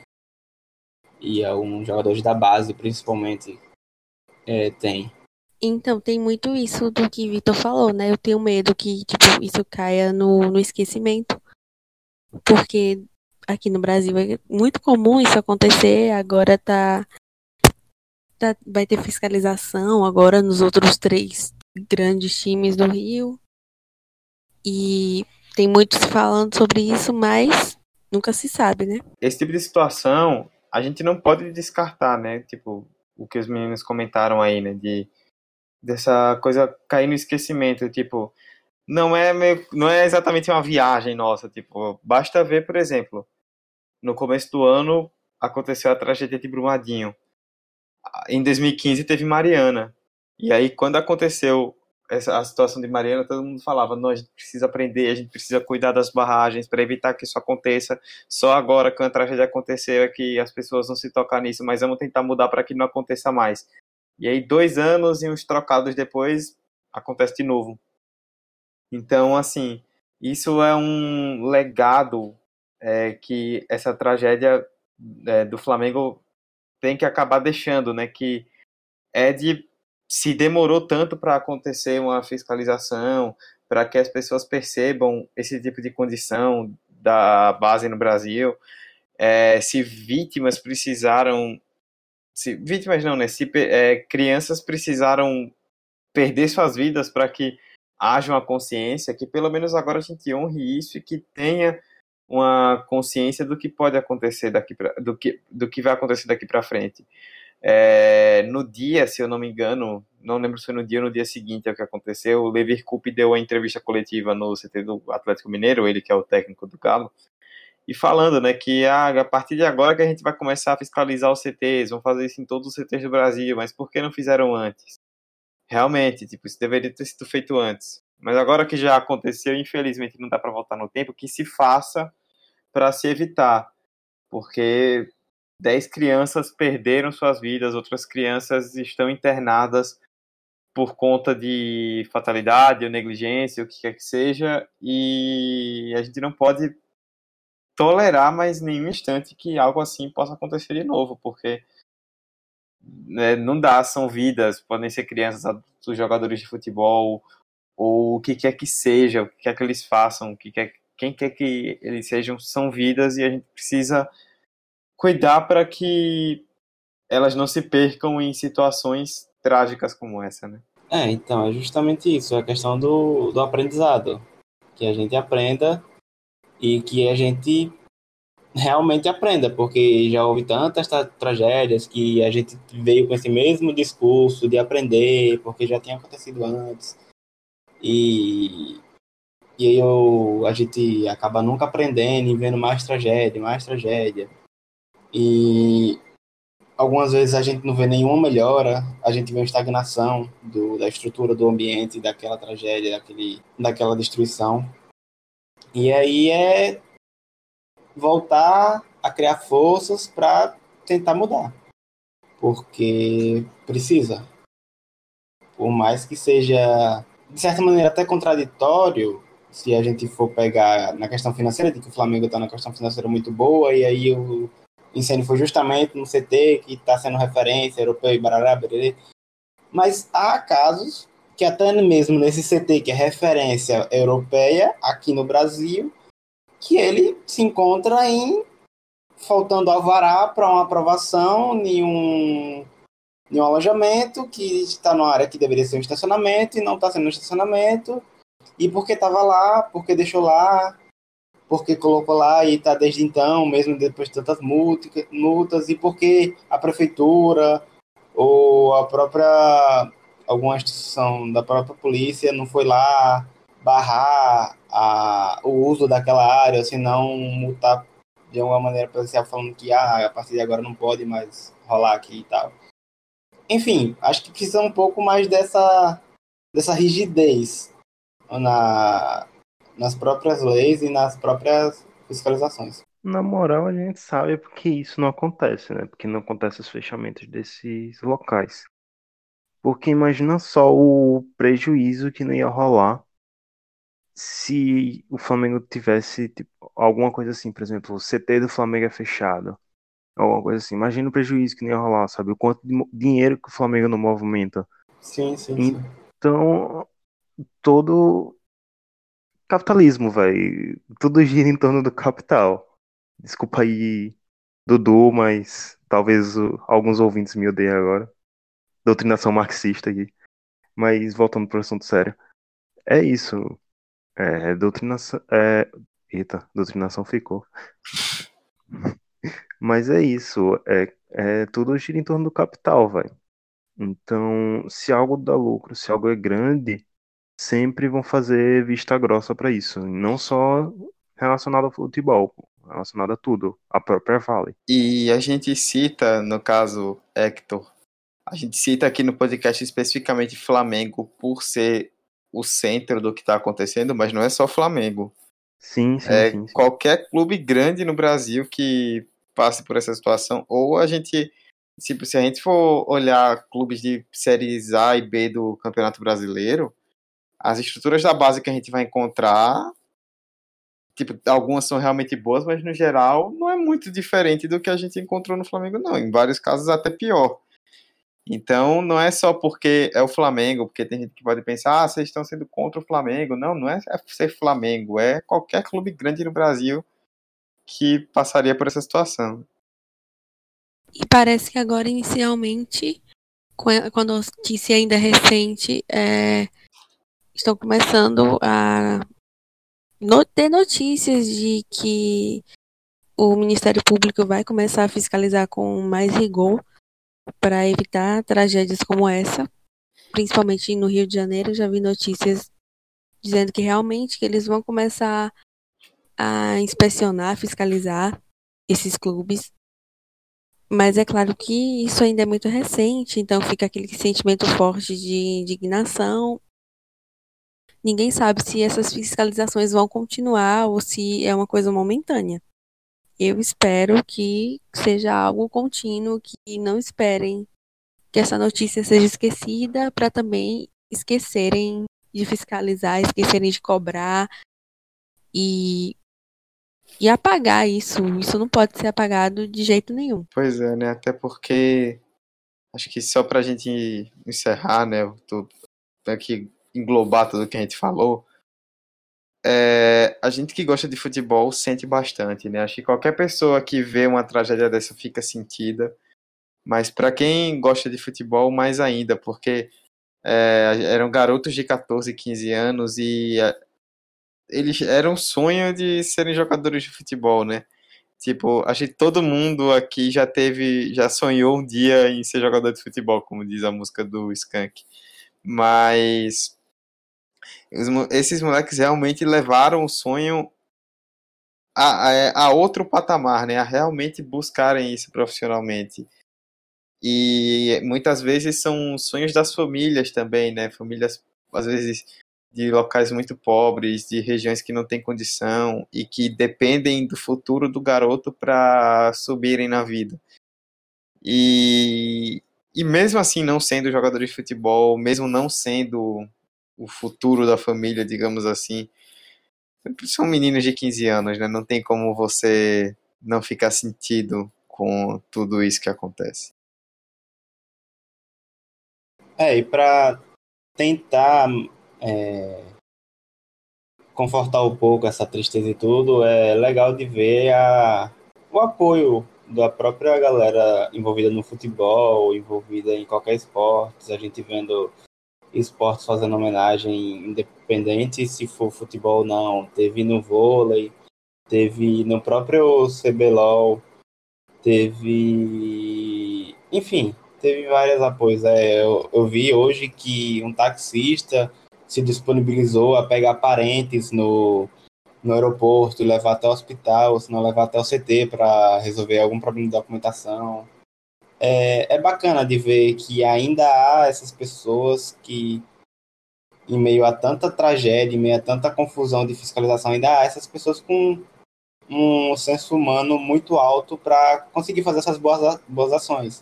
[SPEAKER 4] e alguns jogadores da base, principalmente, é, têm.
[SPEAKER 5] Então, tem muito isso do que Vitor falou, né? Eu tenho medo que, tipo, isso caia no, no esquecimento. Porque aqui no Brasil é muito comum isso acontecer. Agora tá, tá, vai ter fiscalização agora nos outros três grandes times do Rio. E tem muitos falando sobre isso, mas nunca se sabe, né?
[SPEAKER 1] Esse tipo de situação, a gente não pode descartar, né? Tipo, o que os meninos comentaram aí, né? De, dessa coisa cair no esquecimento, tipo, não é, meio, não é exatamente uma viagem nossa, tipo, basta ver, por exemplo, no começo do ano aconteceu a tragédia de Brumadinho. Em dois mil e quinze teve Mariana. E aí, quando aconteceu essa, a situação de Mariana, todo mundo falava, não, a gente precisa aprender, a gente precisa cuidar das barragens para evitar que isso aconteça. Só agora, quando a tragédia aconteceu, é que as pessoas vão se tocar nisso, mas vamos tentar mudar para que não aconteça mais. E aí, dois anos e uns trocados depois, acontece de novo. Então, assim, isso é um legado é, que essa tragédia é, do Flamengo tem que acabar deixando, né? Que é de se demorou tanto para acontecer uma fiscalização, para que as pessoas percebam esse tipo de condição da base no Brasil, é, se vítimas precisaram, se vítimas não, né? Se é, crianças precisaram perder suas vidas para que haja uma consciência, que pelo menos agora a gente honre isso e que tenha uma consciência do que pode acontecer daqui pra, do que do que vai acontecer daqui para frente. É, no dia, se eu não me engano, não lembro se foi no dia ou no dia seguinte é o que aconteceu, o Lever Coupe deu a entrevista coletiva no C T do Atlético Mineiro, ele que é o técnico do Galo, e falando, né, que ah, a partir de agora que a gente vai começar a fiscalizar os C Tês, vão fazer isso em todos os C Tês do Brasil, mas por que não fizeram antes? Realmente, tipo, isso deveria ter sido feito antes. Mas agora que já aconteceu, infelizmente não dá para voltar no tempo, que se faça para se evitar, porque dez crianças perderam suas vidas, outras crianças estão internadas por conta de fatalidade ou negligência, o que quer que seja, e a gente não pode tolerar mais nenhum instante que algo assim possa acontecer de novo, porque né, não dá, são vidas, podem ser crianças, adultos, jogadores de futebol, ou o que quer que seja, o que quer que eles façam, o que quer, quem quer que eles sejam, são vidas, e a gente precisa cuidar para que elas não se percam em situações trágicas como essa, né?
[SPEAKER 4] É, então, é justamente isso, a questão do, do aprendizado. Que a gente aprenda e que a gente realmente aprenda, porque já houve tantas tra- tragédias que a gente veio com esse mesmo discurso de aprender, porque já tinha acontecido antes. E, e aí eu, a gente acaba nunca aprendendo e vendo mais tragédia, mais tragédia. E algumas vezes a gente não vê nenhuma melhora, a gente vê uma estagnação do, da estrutura do ambiente, daquela tragédia, daquele, daquela destruição. E aí é voltar a criar forças para tentar mudar, porque precisa. Por mais que seja, de certa maneira, até contraditório, se a gente for pegar na questão financeira, de que o Flamengo está na questão financeira muito boa, e aí o incêndio foi justamente no C T, que está sendo referência europeu e barará, bererê. Mas há casos que até mesmo nesse C T, que é referência europeia, aqui no Brasil, que ele se encontra em faltando alvará para uma aprovação em um, em um alojamento que está numa área que deveria ser um estacionamento e não está sendo um estacionamento. E porque estava lá, porque deixou lá, porque colocou lá e está desde então, mesmo depois de tantas multas, e porque a prefeitura ou a própria, alguma instituição da própria polícia não foi lá barrar a, o uso daquela área, ou se não multar de alguma maneira presencial falando que ah, a partir de agora não pode mais rolar aqui e tal. Enfim, acho que precisa um pouco mais dessa, dessa rigidez na, nas próprias leis e nas próprias fiscalizações.
[SPEAKER 3] Na moral, a gente sabe porque isso não acontece, né? Porque não acontece os fechamentos desses locais. Porque imagina só o prejuízo que não ia rolar se o Flamengo tivesse tipo, alguma coisa assim, por exemplo, o C T do Flamengo é fechado, alguma coisa assim. Imagina o prejuízo que não ia rolar, sabe? O quanto de mo- dinheiro que o Flamengo não movimenta.
[SPEAKER 4] Sim, sim, sim.
[SPEAKER 3] Então, todo capitalismo, velho, tudo gira em torno do capital. Desculpa aí, Dudu, mas talvez o- alguns ouvintes me odeiem agora. Doutrinação marxista aqui. Mas voltando para o assunto sério. É isso. É, doutrinação. É... Eita, doutrinação ficou. Mas é isso. É, é, tudo gira em torno do capital, velho. Então, se algo dá lucro, se algo é grande, sempre vão fazer vista grossa para isso. Não só relacionado ao futebol, pô, relacionado a tudo. A própria Vale.
[SPEAKER 1] E a gente cita, no caso, Hector, a gente cita aqui no podcast especificamente Flamengo por ser o centro do que está acontecendo, mas não é só Flamengo.
[SPEAKER 3] Sim, sim,
[SPEAKER 1] É
[SPEAKER 3] sim, sim.
[SPEAKER 1] qualquer clube grande no Brasil que passe por essa situação, ou a gente, tipo, se a gente for olhar clubes de séries A e B do Campeonato Brasileiro, as estruturas da base que a gente vai encontrar, tipo, algumas são realmente boas, mas no geral não é muito diferente do que a gente encontrou no Flamengo, não. Em vários casos até pior. Então, não é só porque é o Flamengo, porque tem gente que pode pensar, ah, vocês estão sendo contra o Flamengo. Não, não é ser Flamengo, é qualquer clube grande no Brasil que passaria por essa situação.
[SPEAKER 5] E parece que agora, inicialmente, com- quando a notícia ainda é recente, é, estão começando a no- ter notícias de que o Ministério Público vai começar a fiscalizar com mais rigor para evitar tragédias como essa, principalmente no Rio de Janeiro. Já vi notícias dizendo que realmente que eles vão começar a inspecionar, fiscalizar esses clubes. Mas é claro que isso ainda é muito recente, então fica aquele sentimento forte de indignação. Ninguém sabe se essas fiscalizações vão continuar ou se é uma coisa momentânea. Eu espero que seja algo contínuo, que não esperem que essa notícia seja esquecida para também esquecerem de fiscalizar, esquecerem de cobrar e, e apagar isso. Isso não pode ser apagado de jeito nenhum.
[SPEAKER 1] Pois é, né? Até porque acho que só pra gente encerrar, né? Tô aqui englobar tudo que a gente falou. É, a gente que gosta de futebol sente bastante, né? Acho que qualquer pessoa que vê uma tragédia dessa fica sentida. Mas para quem gosta de futebol, mais ainda, porque é, eram garotos de catorze, quinze anos e é, eles eram um sonho de serem jogadores de futebol, né? Tipo, acho que todo mundo aqui já teve, já sonhou um dia em ser jogador de futebol, como diz a música do Skank. Mas os mo- esses moleques realmente levaram o sonho a, a, a outro patamar, né? A realmente buscarem isso profissionalmente. E muitas vezes são sonhos das famílias também, né? Famílias, às vezes, de locais muito pobres, de regiões que não têm condição e que dependem do futuro do garoto para subirem na vida. E, e mesmo assim, não sendo jogador de futebol, mesmo não sendo o futuro da família, digamos assim, são meninos de quinze anos, né? Não tem como você não ficar sentido com tudo isso que acontece.
[SPEAKER 4] É, e para tentar é, confortar um pouco essa tristeza e tudo, é legal de ver a, o apoio da própria galera envolvida no futebol, envolvida em qualquer esporte, a gente vendo esportes fazendo homenagem independente se for futebol ou não. Teve no vôlei, teve no próprio C B L O L, teve... Enfim, teve vários apoios. É, eu, eu vi hoje que um taxista se disponibilizou a pegar parentes no, no aeroporto e levar até o hospital, ou se não levar até o C T para resolver algum problema de documentação. É, é bacana de ver que ainda há essas pessoas que, em meio a tanta tragédia, em meio a tanta confusão de fiscalização, ainda há essas pessoas com um senso humano muito alto para conseguir fazer essas boas, boas ações.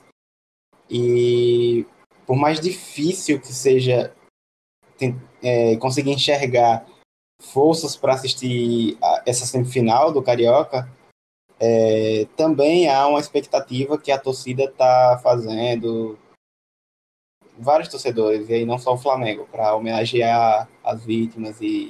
[SPEAKER 4] E por mais difícil que seja tem, é, conseguir enxergar forças para assistir a essa semifinal do Carioca, é, também há uma expectativa que a torcida está fazendo, vários torcedores, e aí não só o Flamengo, para homenagear as vítimas e,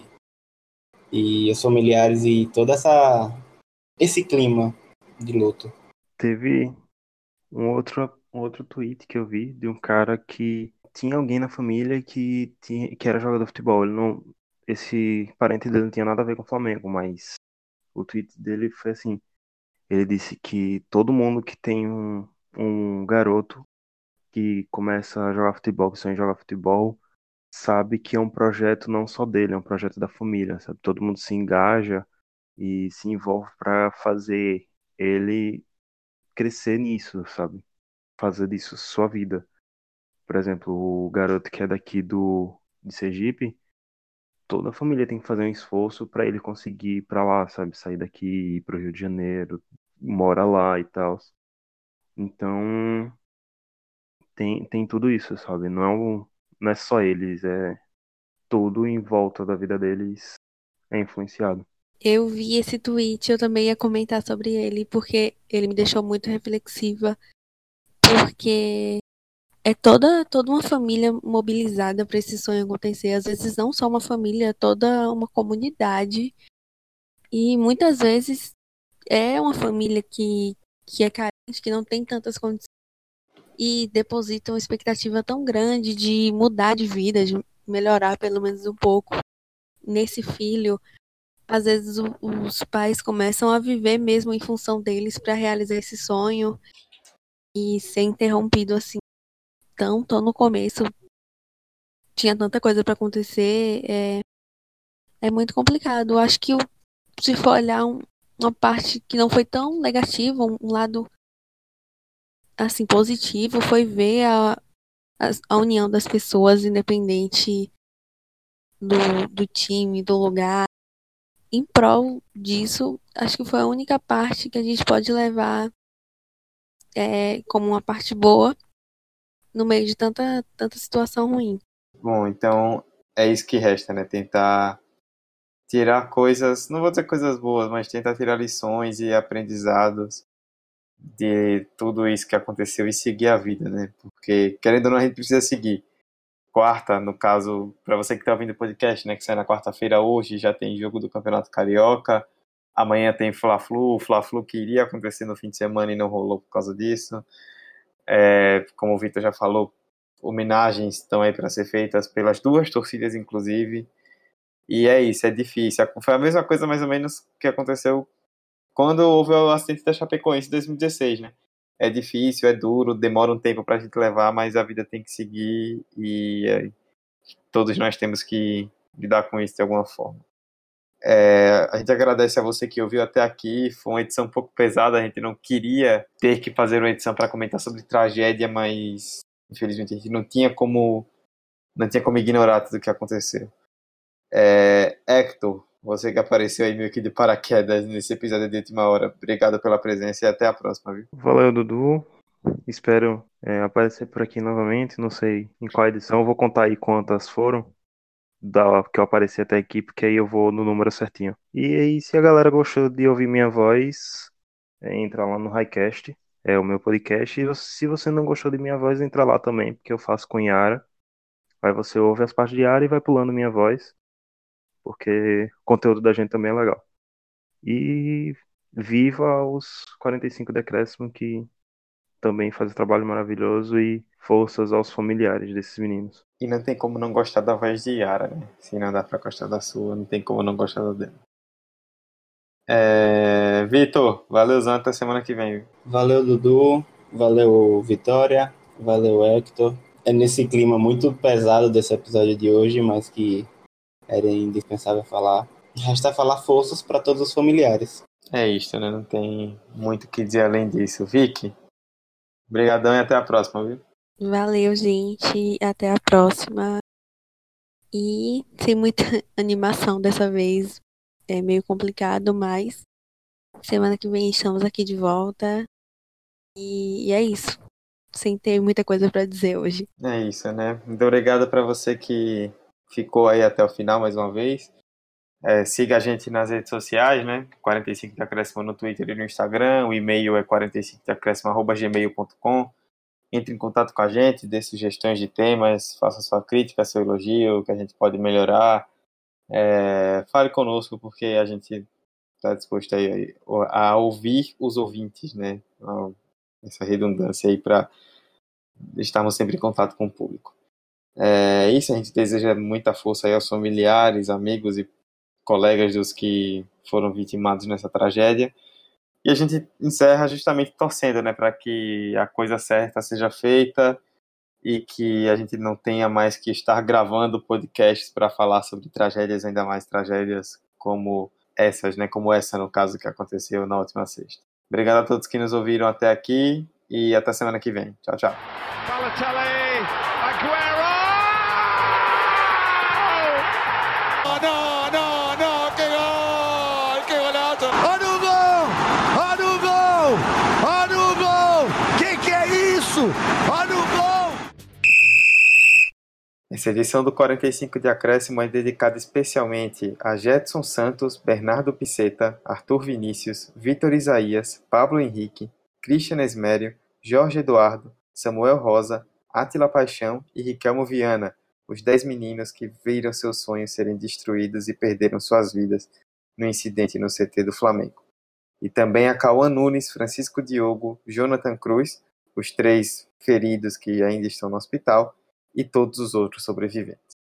[SPEAKER 4] e os familiares e todo essa, esse clima de luto.
[SPEAKER 3] Teve um outro, um outro tweet que eu vi de um cara que tinha alguém na família que, tinha, que era jogador de futebol. Ele não, esse parente dele não tinha nada a ver com o Flamengo, mas o tweet dele foi assim. Ele disse que todo mundo que tem um, um garoto que começa a jogar futebol, que sonha em jogar futebol, sabe que é um projeto não só dele, é um projeto da família, sabe? Todo mundo se engaja e se envolve para fazer ele crescer nisso, sabe? Fazer disso sua vida. Por exemplo, o garoto que é daqui do de Sergipe, toda a família tem que fazer um esforço para ele conseguir ir para lá, sabe? Sair daqui, ir pro Rio de Janeiro, mora lá e tal. Então, tem, tem tudo isso, sabe? Não é, um, não é só eles, é tudo em volta da vida deles é influenciado.
[SPEAKER 5] Eu vi esse tweet, eu também ia comentar sobre ele, porque ele me deixou muito reflexiva, porque é toda, toda uma família mobilizada para esse sonho acontecer. Às vezes não só uma família, toda uma comunidade. E muitas vezes é uma família que, que é carente, que não tem tantas condições e deposita uma expectativa tão grande de mudar de vida, de melhorar pelo menos um pouco nesse filho. Às vezes o- os pais começam a viver mesmo em função deles para realizar esse sonho e ser interrompido assim. Então, tô no começo, tinha tanta coisa para acontecer, é, é muito complicado. Eu acho que o- se for olhar um- uma parte que não foi tão negativa, um um lado assim positivo, foi ver a, a, a união das pessoas, independente do, do time, do lugar. Em prol disso, acho que foi a única parte que a gente pode levar é, como uma parte boa no meio de tanta, tanta situação ruim.
[SPEAKER 1] Bom, então é isso que resta, né? Tentar tirar coisas, não vou dizer coisas boas, mas tentar tirar lições e aprendizados de tudo isso que aconteceu e seguir a vida, né? Porque, querendo ou não, a gente precisa seguir. Quarta, no caso, para você que está ouvindo o podcast, né? Que sai na quarta-feira hoje, já tem jogo do Campeonato Carioca. Amanhã tem Fla-Flu, o Fla-Flu que iria acontecer no fim de semana e não rolou por causa disso. É, como o Vitor já falou, homenagens estão aí para ser feitas pelas duas torcidas, inclusive. E é isso, é difícil. Foi a mesma coisa mais ou menos que aconteceu quando houve o acidente da Chapecoense em dois mil e dezesseis, né? É difícil, é duro, demora um tempo pra gente levar, mas a vida tem que seguir e é, todos nós temos que lidar com isso de alguma forma. É, a gente agradece a você que ouviu até aqui. Foi uma edição um pouco pesada, a gente não queria ter que fazer uma edição para comentar sobre tragédia, mas infelizmente a gente não tinha como não tinha como ignorar tudo o que aconteceu. É, Hector, você que apareceu aí meio que de paraquedas nesse episódio de última hora, obrigado pela presença e até a próxima, viu?
[SPEAKER 3] Valeu, Dudu. Espero é, aparecer por aqui novamente. Não sei em qual edição. Eu vou contar aí quantas foram da que eu apareci até aqui, porque aí eu vou no número certinho. E aí, se a galera gostou de ouvir minha voz, é, entra lá no Highcast, é o meu podcast. E se você não gostou de minha voz, entra lá também, porque eu faço com Yara. Aí você ouve as partes de Yara e vai pulando minha voz, porque o conteúdo da gente também é legal. E viva os quarenta e cinco Decréscimo, que também faz um trabalho maravilhoso, e forças aos familiares desses meninos.
[SPEAKER 1] E não tem como não gostar da voz de Yara, né? Se não dá pra gostar da sua, não tem como não gostar da dela. É... Vitor, valeuzão, até semana que vem, viu?
[SPEAKER 4] Valeu, Dudu. Valeu, Vitória. Valeu, Hector. É nesse clima muito pesado desse episódio de hoje, mas que era indispensável falar. Resta falar forças para todos os familiares.
[SPEAKER 1] É isso, né? Não tem muito o que dizer além disso. Vicky, brigadão e até a próxima, viu?
[SPEAKER 5] Valeu, gente. Até a próxima. E sem muita animação dessa vez. É meio complicado, mas semana que vem estamos aqui de volta. E, e é isso. Sem ter muita coisa pra dizer hoje.
[SPEAKER 1] É isso, né? Muito obrigado para você que ficou aí até o final mais uma vez. É, siga a gente nas redes sociais, né? quarenta e cinco de acréscimo no Twitter e no Instagram. O e-mail é quarenta e cinco de acréscimo arroba gmail ponto com. Entre em contato com a gente, dê sugestões de temas, faça sua crítica, seu elogio, que a gente pode melhorar. É, fale conosco, porque a gente está disposto aí a, a ouvir os ouvintes, né? Essa redundância aí para estarmos sempre em contato com o público. É isso, a gente deseja muita força aí aos familiares, amigos e colegas dos que foram vitimados nessa tragédia. E a gente encerra justamente torcendo, né, para que a coisa certa seja feita e que a gente não tenha mais que estar gravando podcasts para falar sobre tragédias, ainda mais tragédias como essas, né, como essa no caso que aconteceu na última sexta. Obrigado a todos que nos ouviram até aqui e até semana que vem. Tchau, tchau.
[SPEAKER 2] Balotelli, Aguero! Oh, no, no, no, que gol! Que golazo! Olha o gol! Olha o gol! Olha o gol! Que que é isso? Olha o gol!
[SPEAKER 1] Essa edição do quarenta e cinco de Acréscimo é dedicada especialmente a Jetson Santos, Bernardo Piceta, Arthur Vinícius, Vitor Isaías, Pablo Henrique, Christian Esmério, Jorge Eduardo, Samuel Rosa, Átila Paixão e Riquelmo Viana, os dez meninos que viram seus sonhos serem destruídos e perderam suas vidas no incidente no C T do Flamengo. E também a Cauã Nunes, Francisco Diogo, Jonathan Cruz, os três feridos que ainda estão no hospital, e todos os outros sobreviventes.